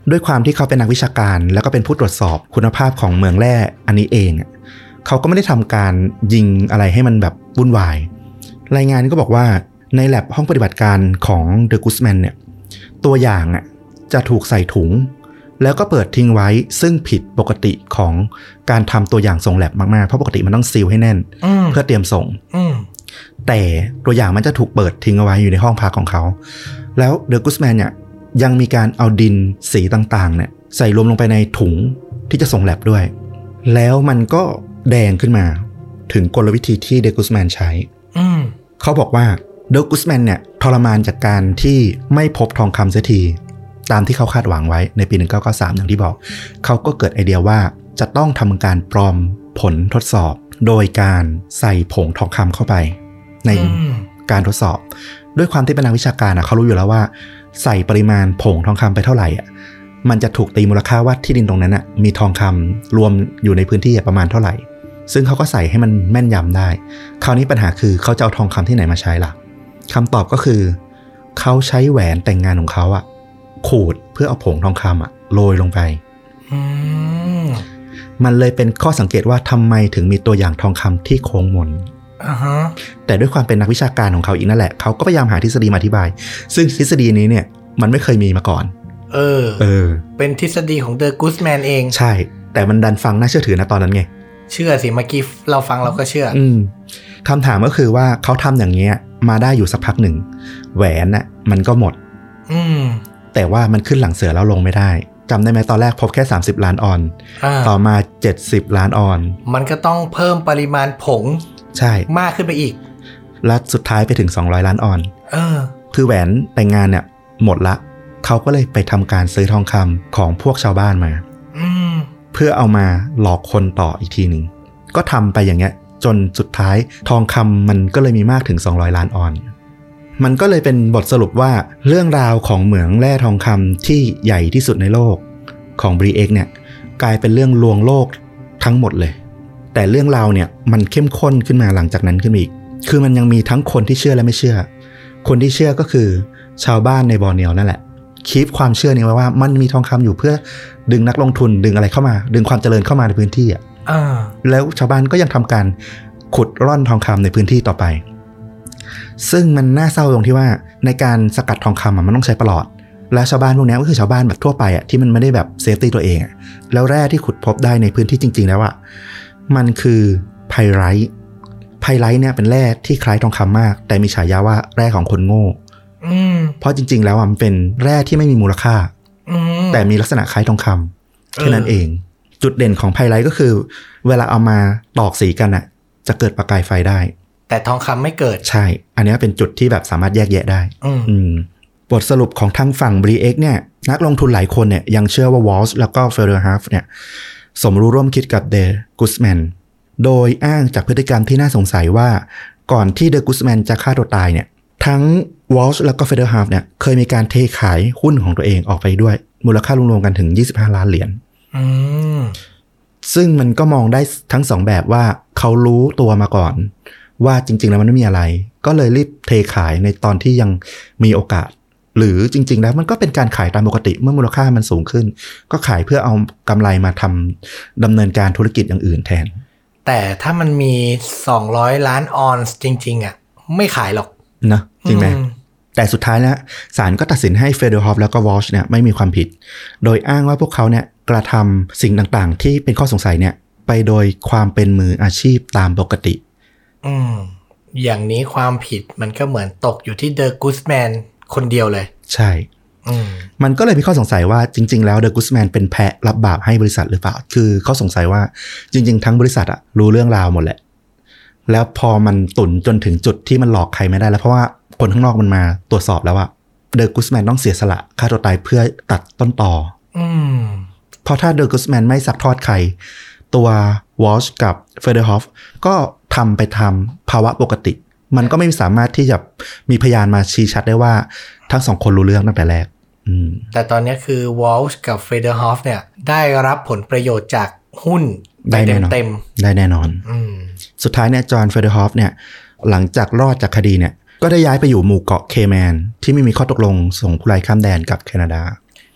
ด้วยความที่เขาเป็นนักวิชาการแล้วก็เป็นผู้ตรวจสอบคุณภาพของเหมืองแร่อันนี้เองเขาก็ไม่ได้ทำการยิงอะไรให้มันแบบวุ่นวายรายงานก็บอกว่าในแลบห้องปฏิบัติการของเดอะกูสแมนเนี่ยตัวอย่างอ่ะจะถูกใส่ถุงแล้วก็เปิดทิ้งไว้ซึ่งผิดปกติของการทำตัวอย่างส่งแลบมากๆเพราะปกติมันต้องซีลให้แน่นเพื่อเตรียมส่งแต่ตัวอย่างมันจะถูกเปิดทิ้งเอาไว้อยู่ในห้องพักของเขาแล้วเดอะกูสแมนเนี่ยยังมีการเอาดินสีต่างๆเนี่ยใส่รวมลงไปในถุงที่จะส่งแลบด้วยแล้วมันก็แดงขึ้นมาถึงกลวิธีที่เดอะกูสแมนใช้เขาบอกว่าเดอะกูสแมนเนี่ยทรมานจากการที่ไม่พบทองคำเสียทีตามที่เขาคาดหวังไว้ในปีหนึ่งเก้าเก้าสามอย่างที่บอกเขาก็เกิดไอเดียว่าจะต้องทำการปลอมผลทดสอบโดยการใส่ผงทองคำเข้าไปในการทดสอบด้วยความที่เป็นนักวิชาการอ่ะเขารู้อยู่แล้วว่าใส่ปริมาณผงทองคำไปเท่าไหร่อ่ะมันจะถูกตีมูลค่าว่าที่ดินตรงนั้นอ่ะมีทองคำรวมอยู่ในพื้นที่ประมาณเท่าไหร่ซึ่งเขาก็ใส่ให้มันแม่นยำได้คราวนี้ปัญหาคือเขาจะเอาทองคำที่ไหนมาใช้ล่ะคำตอบก็คือเขาใช้แหวนแต่งงานของเขาอ่ะขูดเพื่อเอาผงทองคำอ่ะโรยลงไปมันเลยเป็นข้อสังเกตว่าทำไมถึงมีตัวอย่างทองคำที่โค้งมน uh-huh. แต่ด้วยความเป็นนักวิชาการของเขาอีกนั่นแหละเขาก็พยายามหาทฤษฎีมาอธิบายซึ่งทฤษฎีนี้เนี่ยมันไม่เคยมีมาก่อนเออเออเป็นทฤษฎีของเดอะกูสแมนเองใช่แต่มันดันฟังน่าเชื่อถือนะตอนนั้นไงเชื่อสิเมื่อกี้เราฟังเราก็เชื่ออืมคำถามก็คือว่าเขาทำอย่างเงี้ยมาได้อยู่สักพักหนึ่งแหวนน่ะมันก็หมดอืมแต่ว่ามันขึ้นหลังเสือแล้วลงไม่ได้จำได้ไหมตอนแรกพบแค่สามสิบล้านออนต่อมาเจ็ดสิบล้านออนมันก็ต้องเพิ่มปริมาณผงใช่มากขึ้นไปอีกแล้วสุดท้ายไปถึงสองร้อยล้านออนเออคือแหวนแต่งงานเนี่ยหมดละเขาก็เลยไปทำการซื้อทองคำของพวกชาวบ้านมาอืมเพื่อเอามาหลอกคนต่ออีกทีหนึ่งก็ทำไปอย่างเงี้ยจนสุดท้ายทองคำมันก็เลยมีมากถึงสองร้อยล้านออนมันก็เลยเป็นบทสรุปว่าเรื่องราวของเหมืองแร่ทองคำที่ใหญ่ที่สุดในโลกของ บรี เอ็กซ์ เนี่ยกลายเป็นเรื่องลวงโลกทั้งหมดเลยแต่เรื่องราวเนี่ยมันเข้มข้นขึ้นมาหลังจากนั้นขึ้นอีกคือมันยังมีทั้งคนที่เชื่อและไม่เชื่อคนที่เชื่อก็คือชาวบ้านในบอร์เนียวนั่นแหละคีปความเชื่อนี้ไว้ว่ามันมีทองคำอยู่เพื่อดึงนักลงทุนดึงอะไรเข้ามาดึงความเจริญเข้ามาในพื้นที่อ่ะแล้วชาวบ้านก็ยังทำการขุดร่อนทองคำในพื้นที่ต่อไปซึ่งมันน่าเศร้าตรงที่ว่าในการสกัดทองคำมันต้องใช้ประหลอดและชาวบ้านพวกนี้ก็คือชาวบ้านแบบทั่วไปอ่ะที่มันไม่ได้แบบเซฟตี้ตัวเองอ่ะแล้วแร่ที่ขุดพบได้ในพื้นที่จริงๆแล้วอ่ะมันคือไพไรท์ไพไรท์เนี่ยเป็นแร่ที่คล้ายทองคำมากแต่มีฉายาว่าแร่ของคนโง่เพราะจริงๆแล้วมันเป็นแร่ที่ไม่มีมูลค่าแต่มีลักษณะคล้ายทองคำแค่นั้นเองจุดเด่นของไพไรท์ก็คือเวลาเอามาตอกสีกันอ่ะจะเกิดประกายไฟได้แต่ทองคำไม่เกิดใช่อันนี้เป็นจุดที่แบบสามารถแยกแยะได้อืมบทสรุปของทางฝั่ง บรี เอ็กซ์ เนี่ยนักลงทุนหลายคนเนี่ยยังเชื่อว่าวอลช์แล้วก็เฟเดอร์ฮาฟเนี่ยสมรู้ร่วมคิดกับเดอะกูสแมนโดยอ้างจากพฤติกรรมที่น่าสงสัยว่าก่อนที่เดอะกูสแมนจะฆ่าตัวตายเนี่ยทั้งวอลช์แล้วก็เฟเดอร์ฮาฟเนี่ยเคยมีการเทขายหุ้นของตัวเองออกไปด้วยมูลค่ารวมๆกันถึงยี่สิบห้าล้านเหรียญซึ่งมันก็มองได้ทั้งสองแบบว่าเขารู้ตัวมาก่อนว่าจริงๆแล้วมันไม่มีอะไรก็เลยรีบเทขายในตอนที่ยังมีโอกาสหรือจริงๆแล้วมันก็เป็นการขายตามปกติเมื่อมูลค่ามันสูงขึ้นก็ขายเพื่อเอากำไรมาทำดำเนินการธุรกิจอย่างอื่นแทนแต่ถ้ามันมีสองร้อยล้านออนซ์จริงๆอ่ะไม่ขายหรอกนะจริงไหมแต่สุดท้ายแล้วศาลก็ตัดสินให้เฟเดอร์ฮอฟแล้วก็วอลช์เนี่ยไม่มีความผิดโดยอ้างว่าพวกเขาเนี่ยกระทำสิ่งต่างๆที่เป็นข้อสงสัยเนี่ยไปโดยความเป็นมืออาชีพตามปกติอืมอย่างนี้ความผิดมันก็เหมือนตกอยู่ที่เดอะกูสแมนคนเดียวเลยใช่อืมมันก็เลยมีข้อสงสัยว่าจริงๆแล้วเดอะกูสแมนเป็นแพะรับบาปให้บริษัทหรือเปล่าคือเขาสงสัยว่าจริงๆทั้งบริษัทอะรู้เรื่องราวหมดแหละแล้วพอมันตุ่นจนถึงจุดที่มันหลอกใครไม่ได้แล้วเพราะว่าคนข้างนอกมันมาตรวจสอบแล้วอะเดอะกูสแมนต้องเสียสละฆ่าตัวตายเพื่อตัดต้นตออืมเพราะถ้าเดอะกูสแมนไม่ซักทอดใครตัววอลช์กับเฟเดอร์ฮอฟก็ทำไปทำภาวะปกติมันก็ไม่สามารถที่จะมีพยานมาชี้ชัดได้ว่าทั้งสองคนรู้เรื่องตั้งแต่แรกแต่ตอนนี้คือวอลช์กับเฟเดอร์ฮอฟเนี่ยได้รับผลประโยชน์จากหุ้นได้เต็มเต็มได้แน่นอนสุดท้ายเนี่ยจอห์นเฟเดอร์ฮอฟเนี่ยหลังจากรอดจากคดีเนี่ยก็ได้ย้ายไปอยู่หมู่เกาะเคแมนที่ไม่มีข้อตกลงส่งผู้ร้ายข้ามแดนกับแคนาดา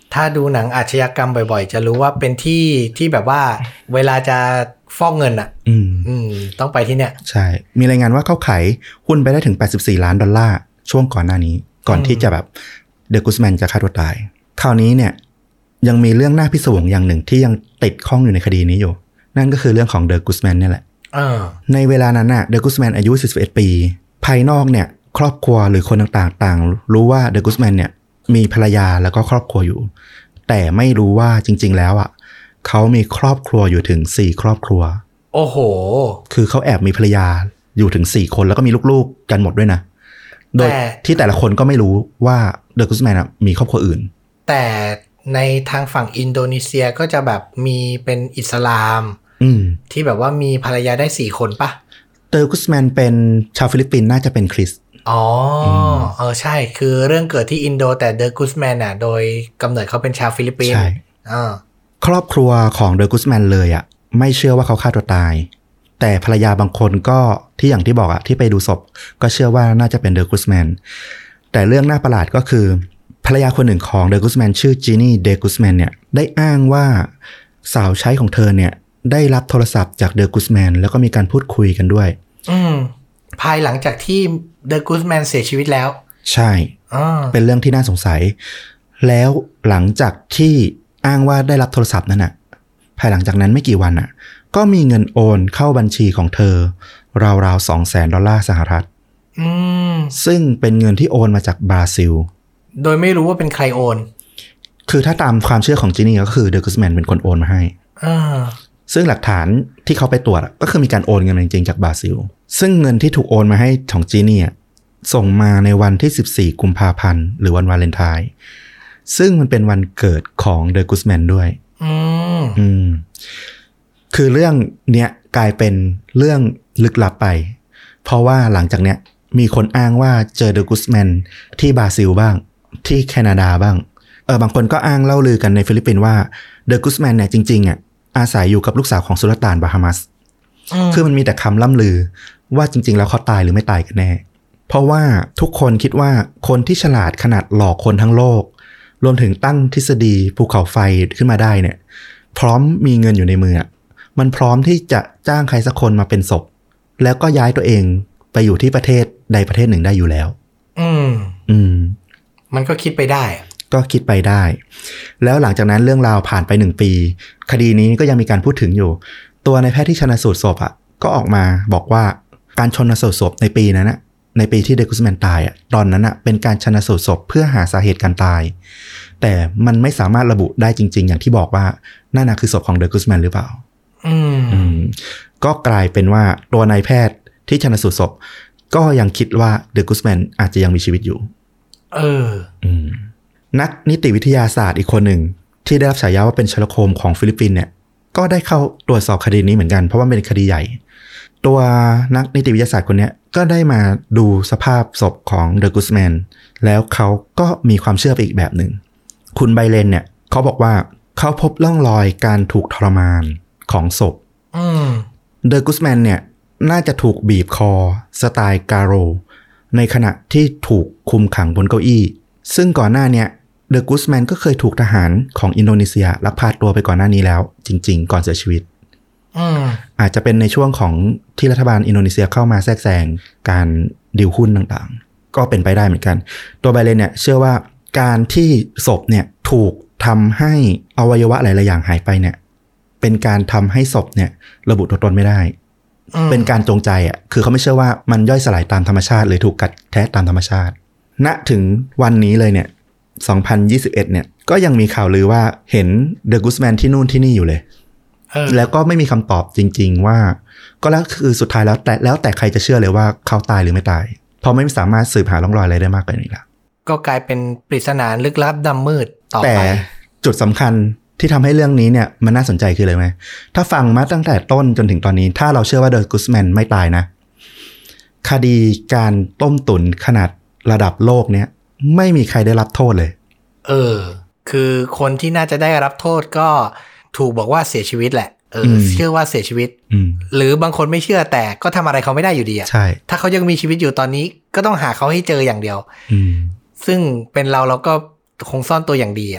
ถ้าดูหนังอาชญากรรมบ่อยๆจะรู้ว่าเป็นที่ที่แบบว่าเวลาจะฟอกเงินอ่ะอืมอืมต้องไปที่เนี้ยใช่มีรายงานว่าเขาขายหุ้นไปได้ถึงแปดสิบสี่ล้านดอลลาร์ช่วงก่อนหน้านี้ก่อนที่จะแบบเดอะกูสแมนจะฆ่าตัวตายคราวนี้เนี่ยยังมีเรื่องน่าพิศวงอย่างหนึ่งที่ยังติดข้องอยู่ในคดีนี้อยู่นั่นก็คือเรื่องของเดอะกูสแมนเนี่ยแหละในเวลานั้นน่ะเดอะกูสแมนอายุสี่สิบเอ็ดปีภายนอกเนี่ยครอบครัวหรือคนต่างๆต่างรู้ว่าเดอะกูสแมนเนี่ยมีภรรยาแล้วก็ครอบครัวอยู่แต่ไม่รู้ว่าจริงๆแล้วอ่ะเขามีครอบครัวอยู่ถึงสี่ครอบครัวโอ้โหคือเขาแอบมีภรรยาอยู่ถึงสี่คนแล้วก็มีลูกๆกันหมดด้วยนะโดยที่แต่ละคนก็ไม่รู้ว่าเดอะกูสแมนมีครอบครัวอื่นแต่ในทางฝั่งอินโดนีเซียก็จะแบบมีเป็นอิสลามที่แบบว่ามีภรรยาได้สี่คนปะเดอะกูสแมนเป็นชาวฟิลิปปินส์น่าจะเป็นคริสต์อ๋อเออใช่คือเรื่องเกิดที่อินโดแต่เดอะกูสแมนน่ะโดยกำเนิดเขาเป็นชาวฟิลิปปินส์ใช่อ่าครอบครัวของเดอะกูสแมนเลยอ่ะไม่เชื่อว่าเขาฆ่าตัวตายแต่ภรรยาบางคนก็ที่อย่างที่บอกอะที่ไปดูศพก็เชื่อว่าน่าจะเป็นเดอะกูสแมนแต่เรื่องน่าประหลาดก็คือภรรยาคนหนึ่งของเดอะกูสแมนชื่อจีนี่เดอะกูสแมนเนี่ยได้อ้างว่าสาวใช้ของเธอเนี่ยได้รับโทรศัพท์จากเดอะกูสแมนแล้วก็มีการพูดคุยกันด้วยอืมภายหลังจากที่เดอะกูสแมนเสียชีวิตแล้วใช่เป็นเรื่องที่น่าสงสัยแล้วหลังจากที่อ้างว่าได้รับโทรศัพท์นั้นน่ะภายหลังจากนั้นไม่กี่วันน่ะก็มีเงินโอนเข้าบัญชีของเธอราวๆ สองแสน ดอลลาร์สหรัฐซึ่งเป็นเงินที่โอนมาจากบราซิลโดยไม่รู้ว่าเป็นใครโอนคือถ้าตามความเชื่อของจีนี่ก็คือเดอะกูสแมนเป็นคนโอนมาให้ซึ่งหลักฐานที่เขาไปตรวจก็คือมีการโอนเงินจริงๆจากบราซิลซึ่งเงินที่ถูกโอนมาให้ของจีนี่ส่งมาในวันที่สิบสี่กุมภาพันธ์หรือวันวาเลนไทน์ซึ่งมันเป็นวันเกิดของเดอะกูสแมนด้วยอืมอืมคือเรื่องเนี้ยกลายเป็นเรื่องลึกลับไปเพราะว่าหลังจากเนี้ยมีคนอ้างว่าเจอเดอะกูสแมนที่บราซิลบ้างที่แคนาดาบ้างเออบางคนก็อ้างเล่าลือกันในฟิลิปปินส์ว่าเดอะกูสแมนเนี่ยจริงๆอ่ะอาศัยอยู่กับลูกสาวของสุลต่านบาฮามัสคือมันมีแต่คำล่ำลือว่าจริงๆแล้วเขาตายหรือไม่ตายกันแน่เพราะว่าทุกคนคิดว่าคนที่ฉลาดขนาดหลอกคนทั้งโลกรวมถึงตั้งทฤษฎีภูเขาไฟขึ้นมาได้เนี่ยพร้อมมีเงินอยู่ในมือมันพร้อมที่จะจ้างใครสักคนมาเป็นศพแล้วก็ย้ายตัวเองไปอยู่ที่ประเทศใดประเทศหนึ่งได้อยู่แล้วอืมอืมมันก็คิดไปได้ก็คิดไปได้แล้วหลังจากนั้นเรื่องราวผ่านไปหนึ่งปีคดีนี้ก็ยังมีการพูดถึงอยู่ตัวนายแพทย์ที่ชันสูตรศพอ่ะก็ออกมาบอกว่าการชันสูตรศพในปีนั้นนะในปีที่เดอะกูสแมนตายอ่ะตอนนั้นอ่ะเป็นการชันสูตรศพเพื่อหาสาเหตุการตายแต่มันไม่สามารถระบุได้จริงๆอย่างที่บอกว่านั่นน่ะคือศพของเดอะกูสแมนหรือเปล่าอืมอืมก็กลายเป็นว่าตัวนายแพทย์ที่ชันสูตรศพก็ยังคิดว่าเดอะกูสแมนอาจจะยังมีชีวิตอยู่เอออืมนักนิติวิทยาศาสตร์อีกคนหนึ่งที่ได้รับฉายาว่าเป็นเชอร์ล็อกโฮมส์ของฟิลิปปินส์เนี่ยก็ได้เข้าตรวจสอบคดีนี้เหมือนกันเพราะว่าเป็นคดีใหญ่ตัวนักนิติวิทยาศาสตร์คนนี้ก็ได้มาดูสภาพศพของเดอะกูสแมนแล้วเขาก็มีความเชื่อไปอีกแบบหนึ่งคุณไบเลนเนี่ยเขาบอกว่าเขาพบร่องรอยการถูกทรมานของศพเดอะกูสแมนเนี่ยน่าจะถูกบีบคอสไตล์กาโรในขณะที่ถูกคุมขังบนเก้าอี้ซึ่งก่อนหน้านี้เดอะกูสแมนก็เคยถูกทหารของอินโดนีเซียลักพาตัวไปก่อนหน้านี้แล้วจริงๆก่อนเสียชีวิตอาจจะเป็นในช่วงของที่รัฐบาลอินโดนีเซียเข้ามาแทรกแซงการดีลหุ้นต่างๆก็เป็นไปได้เหมือนกันตัวไบเลนเนี่ยเชื่อว่าการที่ศพเนี่ยถูกทำให้อวัยวะหลายๆอย่างหายไปเนี่ยเป็นการทำให้ศพเนี่ยระบุตัวตนไม่ได้เป็นการจงใจอ่ะคือเขาไม่เชื่อว่ามันย่อยสลายตามธรรมชาติหรือถูกกัดแทะตามธรรมชาติณถึงวันนี้เลยเนี่ยสองพันยี่สิบเอ็ดเนี่ยก็ยังมีข่าวลือว่าเห็นเดอะกูสแมนที่นู่นที่นี่อยู่เลยแล้วก็ไม่มีคำตอบจริงๆว่าก็แล้วคือสุดท้ายแล้วแต่แล้วแต่ใครจะเชื่อเลยว่าเขาตายหรือไม่ตายเพราะไม่สามารถสืบหาร่องรอยอะไรได้มากกว่านี้ละก็กลายเป็นปริศนาลึกลับดำมืดต่อไปแต่จุดสำคัญที่ทำให้เรื่องนี้เนี่ยมันน่าสนใจคืออะไรไหมถ้าฟังมาตั้งแต่ต้นจนถึงตอนนี้ถ้าเราเชื่อว่าเดอะกูสแมนไม่ตายนะคดีการต้มตุ๋นขนาดระดับโลกเนี้ยไม่มีใครได้รับโทษเลยเออคือคนที่น่าจะได้รับโทษก็ถูกบอกว่าเสียชีวิตแหละเออเชื่อว่าเสียชีวิตหรือบางคนไม่เชื่อแต่ก็ทำอะไรเขาไม่ได้อยู่ดีอ่ะใช่ถ้าเขายังมีชีวิตอยู่ตอนนี้ก็ต้องหาเขาให้เจออย่างเดียวซึ่งเป็นเราเราก็คงซ่อนตัวอย่างดีอ่ะ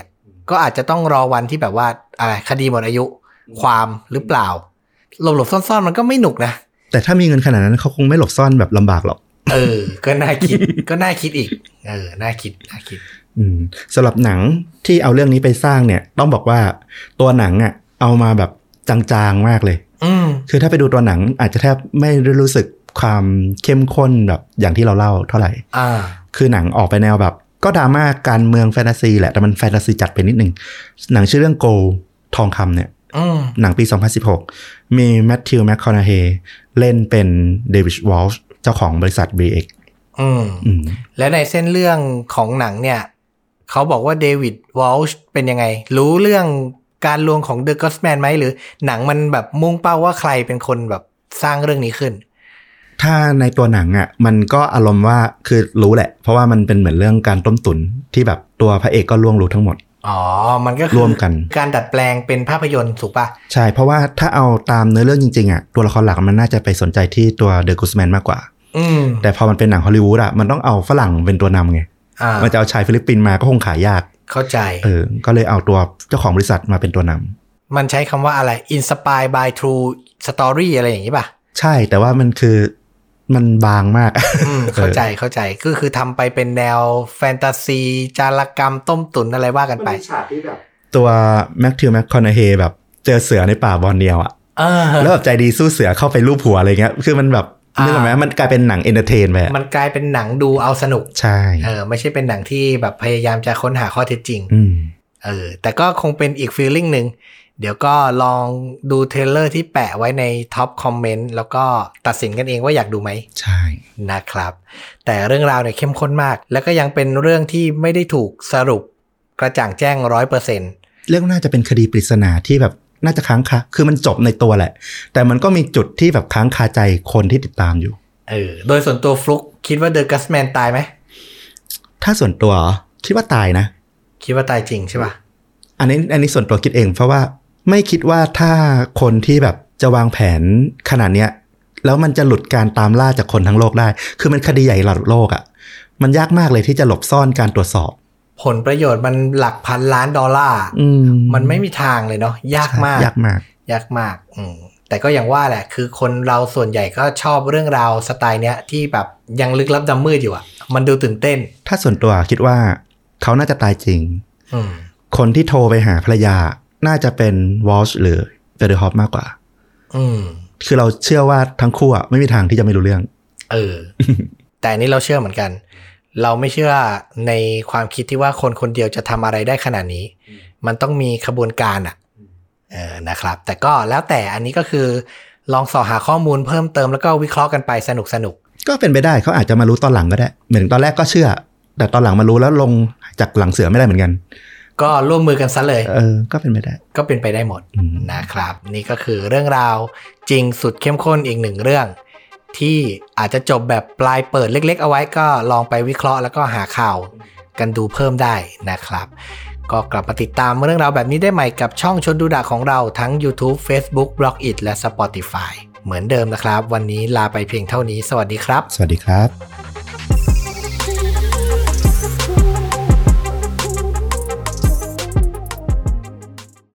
ก็อาจจะต้องรอวันที่แบบว่าอะไรคดีหมดอายุความหรือเปล่าหลบๆซ่อนๆมันก็ไม่หนุกนะแต่ถ้ามีเงินขนาดนั้นเขาคงไม่หลบซ่อนแบบลำบากหรอกเออก็น่าคิด ก็น่าคิดอีกเออน่าคิดน่าคิดอืมสำหรับหนังที่เอาเรื่องนี้ไปสร้างเนี่ยต้องบอกว่าตัวหนังอ่ะเอามาแบบจางๆมากเลยอืมคือถ้าไปดูตัวหนังอาจจะแทบไม่ได้รู้สึกความเข้มข้นแบบอย่างที่เราเล่าเท่าไหร่อ่าคือหนังออกไปแนวแบบก็ดราม่าการเมืองแฟนตาซีแหละแต่มันแฟนตาซีจัดไปนิดนึงหนังชื่อเรื่องโกลทองคำเนี่ยหนังปีสองพันสิบหกมีแมทธิวแมคคอนาเฮย์เล่นเป็นเดวิดวอลช์เจ้าของบริษัท บี เอ็กซ์อืมอืมและในเส้นเรื่องของหนังเนี่ยเขาบอกว่าเดวิดวอลช์เป็นยังไงรู้เรื่องการลวงของเดอะก็อตแมนไหมหรือหนังมันแบบมุ่งเป้าว่าใครเป็นคนแบบสร้างเรื่องนี้ขึ้นถ้าในตัวหนังอ่ะมันก็อารมณ์ว่าคือรู้แหละเพราะว่ามันเป็นเหมือนเรื่องการต้มตุ๋นที่แบบตัวพระเอกก็ล่วงรู้ทั้งหมดอ๋อมันก็คือร่วมกันการดัดแปลงเป็นภาพยนตร์ถูกป่ะใช่เพราะว่าถ้าเอาตามเนื้อเรื่องจริงๆอ่ะตัวละครหลักมันน่าจะไปสนใจที่ตัวเดอะกูสแมนมากกว่าอืมแต่พอมันเป็นหนังฮอลลีวูดอ่ะมันต้องเอาฝรั่งเป็นตัวนำไงมันจะเอาชายฟิลิปปินส์มาก็คงขายยากเข้าใจเออก็เลยเอาตัวเจ้าของบริษัทมาเป็นตัวนำมันใช้คำว่าอะไร Inspired by True Story อะไรอย่างนี้ป่ะใช่แต่ว่ามันคือมันบางมากเข้าใจเข้าใจก็คือทำไปเป็นแนวแฟนตาซีจารกรรมต้มตุ๋นอะไรว่ากันไปฉากที่แบบตัวแมคทิวแมคคอนาเฮย์แบบเจอเสือในป่าบอร์เนียวอ่ะแล้วแบบใจดีสู้เสือเข้าไปลูบหัวอะไรเงี้ยคือมันแบบนึกออกไหมมันกลายเป็นหนังเอนเตอร์เทนไปมันกลายเป็นหนังดูเอาสนุกใช่เออไม่ใช่เป็นหนังที่แบบพยายามจะค้นหาข้อเท็จจริงเออแต่ก็คงเป็นอีกฟีลลิ่งนึงเดี๋ยวก็ลองดูเทรลเลอร์ที่แปะไว้ในท็อปคอมเมนต์แล้วก็ตัดสินกันเองว่าอยากดูไหมใช่นะครับแต่เรื่องราวเนี่ยเข้มข้นมากแล้วก็ยังเป็นเรื่องที่ไม่ได้ถูกสรุปกระจ่างแจ้ง ร้อยเปอร์เซ็นต์เรื่องน่าจะเป็นคดีปริศนาที่แบบน่าจะค้างคาคือมันจบในตัวแหละแต่มันก็มีจุดที่แบบค้างคาใจคนที่ติดตามอยู่เออโดยส่วนตัวฟลุกคิดว่าเดอะกัสแมนตายไหมถ้าส่วนตัวคิดว่าตายนะคิดว่าตายจริงใช่ป่ะอันนี้อันนี้ส่วนตัวคิดเองเพราะว่าไม่คิดว่าถ้าคนที่แบบจะวางแผนขนาดเนี้ยแล้วมันจะหลุดการตามล่าจากคนทั้งโลกได้คือมันคดีใหญ่ระดับโลกอ่ะมันยากมากเลยที่จะหลบซ่อนการตรวจสอบผลประโยชน์มันหลักพันล้านดอลลาร์มันไม่มีทางเลยเนาะยากมากยากมากยากมากอืมแต่ก็อย่างว่าแหละคือคนเราส่วนใหญ่ก็ชอบเรื่องราวสไตล์เนี้ยที่แบบยังลึกลับดำมืดอยู่อ่ะมันดูตื่นเต้นถ้าส่วนตัวคิดว่าเขาน่าจะตายจริงคนที่โทรไปหาภรรยาน่าจะเป็นวอลช์หรือเฟเดอร์ฮอปมากกว่าอืมคือเราเชื่อว่าทั้งคู่อ่ะไม่มีทางที่จะไม่รู้เรื่องเออ แต่อันนี้เราเชื่อเหมือนกันเราไม่เชื่อในความคิดที่ว่าคนคนเดียวจะทำอะไรได้ขนาดนี้มันต้องมีขบวนการอ่ะเออนะครับแต่ก็แล้วแต่อันนี้ก็คือลองสอหาข้อมูลเพิ่มเติมแล้วก็วิเคราะห์กันไปสนุกสนุกก็เป็นไปได้เขาอาจจะมารู้ตอนหลังก็ได้เหมือนตอนแรกก็เชื่อแต่ตอนหลังมารู้แล้วลงจากหลังเสือไม่ได้เหมือนกันก็ร่วมมือกันซะเลยเออก็เป็นไปได้ก็เป็นไปได้หมดนะครับนี่ก็คือเรื่องราวจริงสุดเข้มข้นอีกหนึ่งเรื่องที่อาจจะจบแบบปลายเปิดเล็กๆเอาไว้ก็ลองไปวิเคราะห์แล้วก็หาข่าวกันดูเพิ่มได้นะครับก็กลับมาติดตามเรื่องราวแบบนี้ได้ใหม่กับช่องชวนดูดะของเราทั้ง YouTube Facebook Blogit และ Spotify เหมือนเดิมนะครับวันนี้ลาไปเพียงเท่านี้สวัสดีครับสวัสดีครับ